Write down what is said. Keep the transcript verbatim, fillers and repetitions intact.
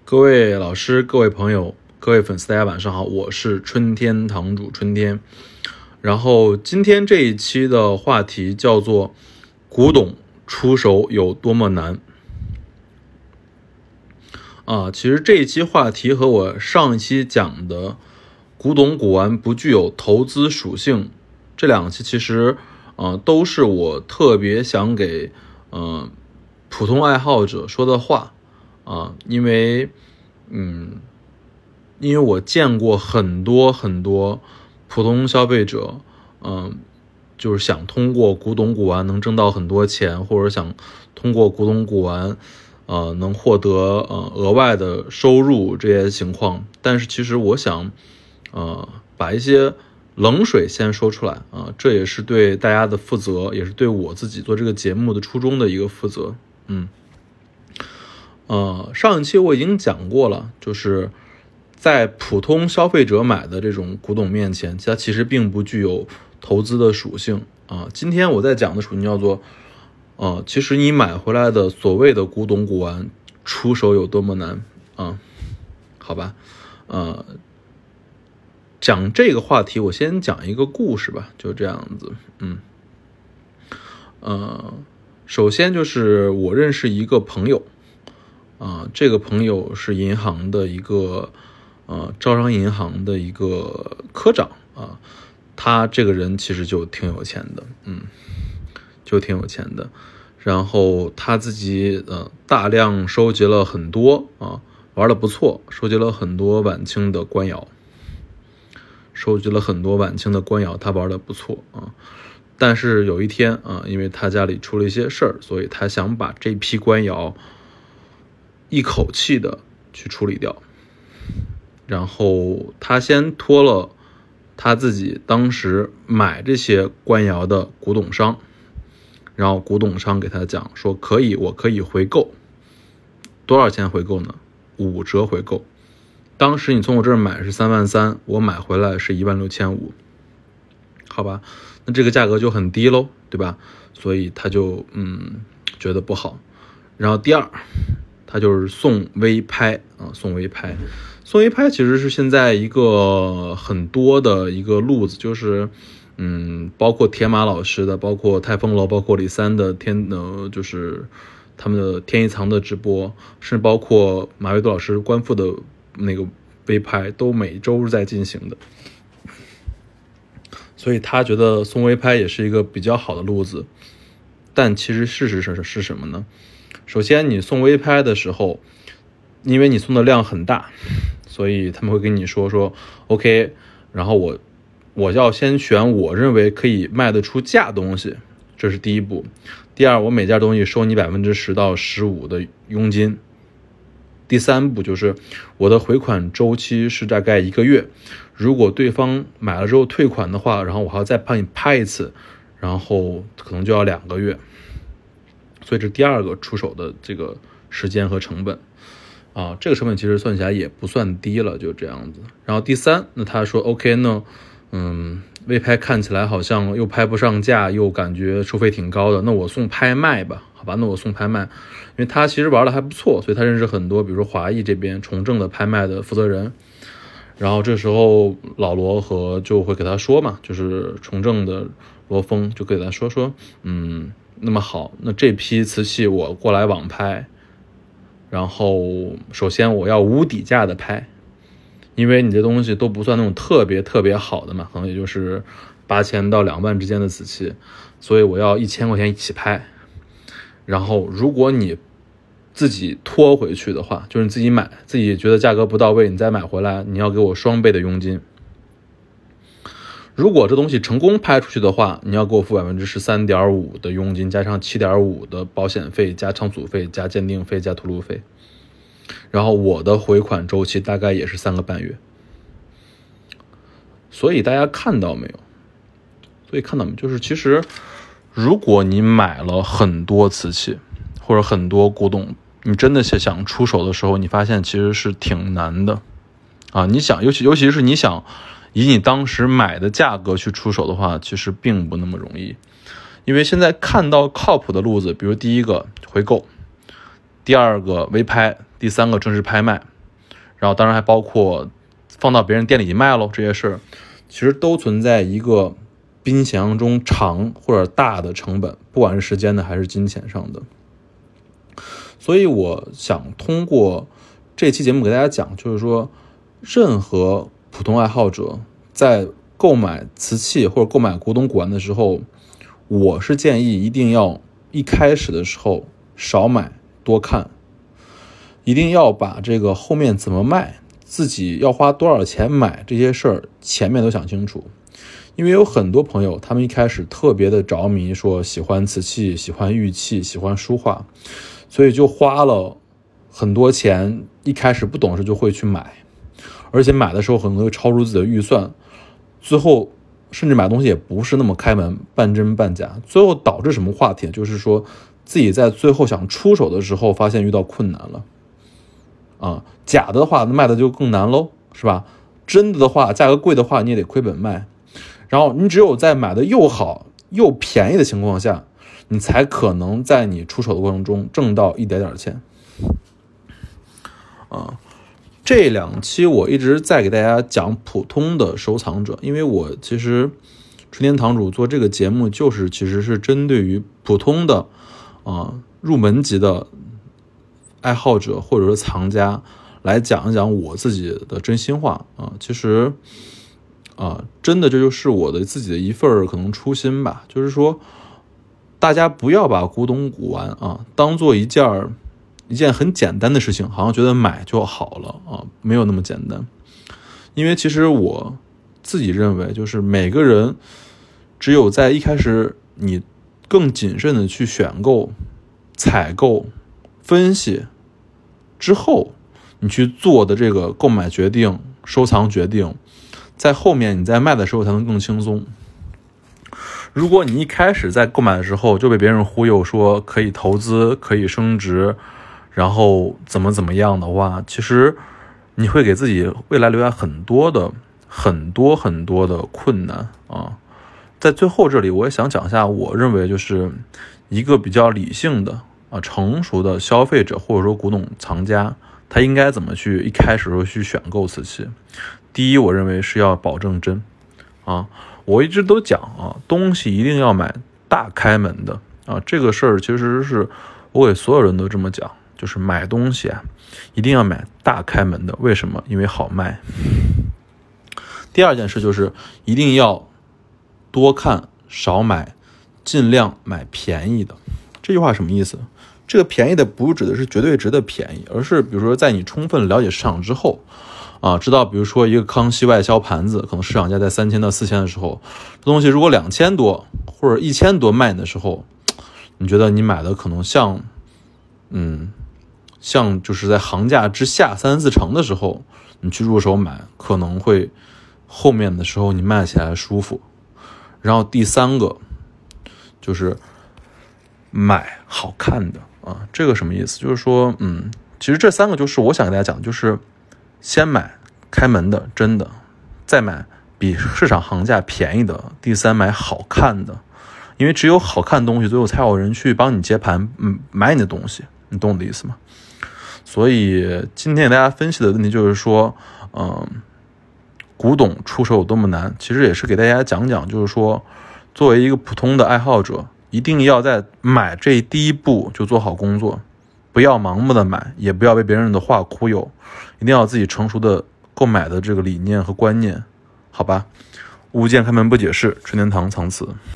各位老师、各位朋友、各位粉丝，大家晚上好，我是春天堂主春天。然后今天这一期的话题叫做古董出手有多么难啊。其实这一期话题和我上一期讲的古董古玩不具有投资属性，这两期其实呃都是我特别想给呃普通爱好者说的话啊，因为嗯，因为我见过很多很多普通消费者，嗯，就是想通过古董古玩能挣到很多钱，或者想通过古董古玩，呃，能获得呃额外的收入这些情况。但是其实我想，呃，把一些冷水先说出来啊、呃，这也是对大家的负责，也是对我自己做这个节目的初衷的一个负责。嗯。呃，上一期我已经讲过了，就是在普通消费者买的这种古董面前，它其实并不具有投资的属性啊、呃。今天我在讲的属性叫做，呃，其实你买回来的所谓的古董古玩出手有多么难啊、呃？好吧，呃，讲这个话题，我先讲一个故事吧，就这样子，嗯，呃，首先就是我认识一个朋友。啊、呃，这个朋友是银行的一个，呃，招商银行的一个科长啊、呃，他这个人其实就挺有钱的，嗯，就挺有钱的。然后他自己呃大量收集了很多啊，玩得不错，收集了很多晚清的官窑，收集了很多晚清的官窑，他玩得不错啊。但是有一天啊，因为他家里出了一些事儿，所以他想把这批官窑一口气的去处理掉，然后他先托了他自己当时买这些官窑的古董商，然后古董商给他讲说可以，我可以回购，多少钱回购呢？五折回购。当时你从我这儿买是三万三，我买回来是一万六千五，好吧，那这个价格就很低喽，对吧？所以他就嗯觉得不好。然后第二，他就是送微拍啊，送微拍，送微拍其实是现在一个很多的一个路子，就是嗯，包括铁马老师的，包括泰丰楼，包括李三的天呃，就是他们的天一藏的直播，甚至包括马未都老师官复的那个微拍，都每周在进行的。所以他觉得送微拍也是一个比较好的路子，但其实事实是是什么呢？首先你送微拍的时候，因为你送的量很大，所以他们会跟你说说 OK， 然后我我要先选我认为可以卖得出价的东西，这是第一步。第二，我每件东西收你 百分之十到十五 的佣金。第三步就是我的回款周期是大概一个月，如果对方买了之后退款的话，然后我还要再帮你拍一次，然后可能就要两个月。所以这第二个出手的这个时间和成本啊，这个成本其实算起来也不算低了，就这样子。然后第三，那他说 OK 呢，嗯，微拍看起来好像又拍不上价，又感觉收费挺高的，那我送拍卖吧，好吧，那我送拍卖，因为他其实玩的还不错，所以他认识很多，比如说华谊这边重政的拍卖的负责人。然后这时候老罗和就会给他说嘛，就是重政的罗峰就给他说说，嗯。那么好，那这批瓷器我过来网拍，然后首先我要无底价的拍，因为你这东西都不算那种特别特别好的嘛，可能也就是八千到两万之间的瓷器，所以我要一千块钱一起拍。然后如果你自己拖回去的话，就是你自己买，自己觉得价格不到位，你再买回来，你要给我双倍的佣金。如果这东西成功拍出去的话，你要给我付 百分之十三点五 的佣金，加上 七点五 的保险费，加仓储费，加鉴定费，加吐露费。然后我的回款周期大概也是三个半月。所以大家看到没有？所以看到没有？就是其实如果你买了很多瓷器或者很多古董，你真的是想出手的时候，你发现其实是挺难的啊！你想，尤其尤其是你想以你当时买的价格去出手的话，其实并不那么容易。因为现在看到靠谱的路子，比如第一个回购，第二个微拍，第三个正式拍卖然后当然还包括放到别人店里卖咯，这些事儿其实都存在一个比你想象中长或者大的成本，不管是时间的还是金钱上的。所以我想通过这期节目给大家讲，就是说任何普通爱好者在购买瓷器或者购买古董古玩的时候，我是建议一定要一开始的时候少买多看，一定要把这个后面怎么卖，自己要花多少钱买这些事儿前面都想清楚。因为有很多朋友他们一开始特别的着迷，说喜欢瓷器，喜欢玉器，喜欢书画，所以就花了很多钱，一开始不懂事就会去买，而且买的时候很多会超出自己的预算，最后甚至买东西也不是那么开门，半真半假，最后导致什么话题，就是说自己在最后想出手的时候发现遇到困难了啊，假的话卖的就更难咯，是吧？真的的话价格贵的话你也得亏本卖，然后你只有在买的又好又便宜的情况下，你才可能在你出手的过程中挣到一点点钱啊。这两期我一直在给大家讲普通的收藏者，因为我其实春天堂主做这个节目就是其实是针对于普通的啊入门级的爱好者或者说藏家来讲一讲我自己的真心话啊。其实啊真的这就是我的自己的一份可能初心吧，就是说大家不要把古董古玩啊当做一件一件很简单的事情，好像觉得买就好了啊，没有那么简单。因为其实我自己认为，就是每个人只有在一开始你更谨慎的去选购、采购、分析之后，你去做的这个购买决定、收藏决定，在后面你在卖的时候才能更轻松。如果你一开始在购买的时候就被别人忽悠说可以投资、可以升值，然后怎么怎么样的话，其实你会给自己未来留下很多的很多很多的困难啊。在最后这里我也想讲一下，我认为就是一个比较理性的啊成熟的消费者或者说古董藏家，他应该怎么去一开始就去选购瓷器。第一，我认为是要保证真啊，我一直都讲啊，东西一定要买大开门的啊，这个事儿其实是我给所有人都这么讲，就是买东西啊一定要买大开门的。为什么？因为好卖。第二件事就是一定要多看少买，尽量买便宜的。这句话什么意思？这个便宜的不指的是绝对值的便宜，而是比如说在你充分了解市场之后啊，知道比如说一个康熙外销盘子可能市场价在三千到四千的时候，这东西如果两千多或者一千多卖的时候，你觉得你买的可能像嗯像就是在行价之下三四成的时候，你去入手买，可能会后面的时候你卖起来舒服。然后第三个就是买好看的啊，这个什么意思？就是说嗯其实这三个就是我想给大家讲，就是先买开门的真的，再买比市场行价便宜的，第三买好看的。因为只有好看的东西最后才有人去帮你接盘嗯买你的东西，你懂我的意思吗？所以今天给大家分析的问题就是说嗯，古董出手有多么难，其实也是给大家讲讲，就是说作为一个普通的爱好者，一定要在买这第一步就做好工作，不要盲目的买，也不要被别人的话忽悠，一定要自己成熟的购买的这个理念和观念，好吧？物件开门不解释，春天堂藏瓷。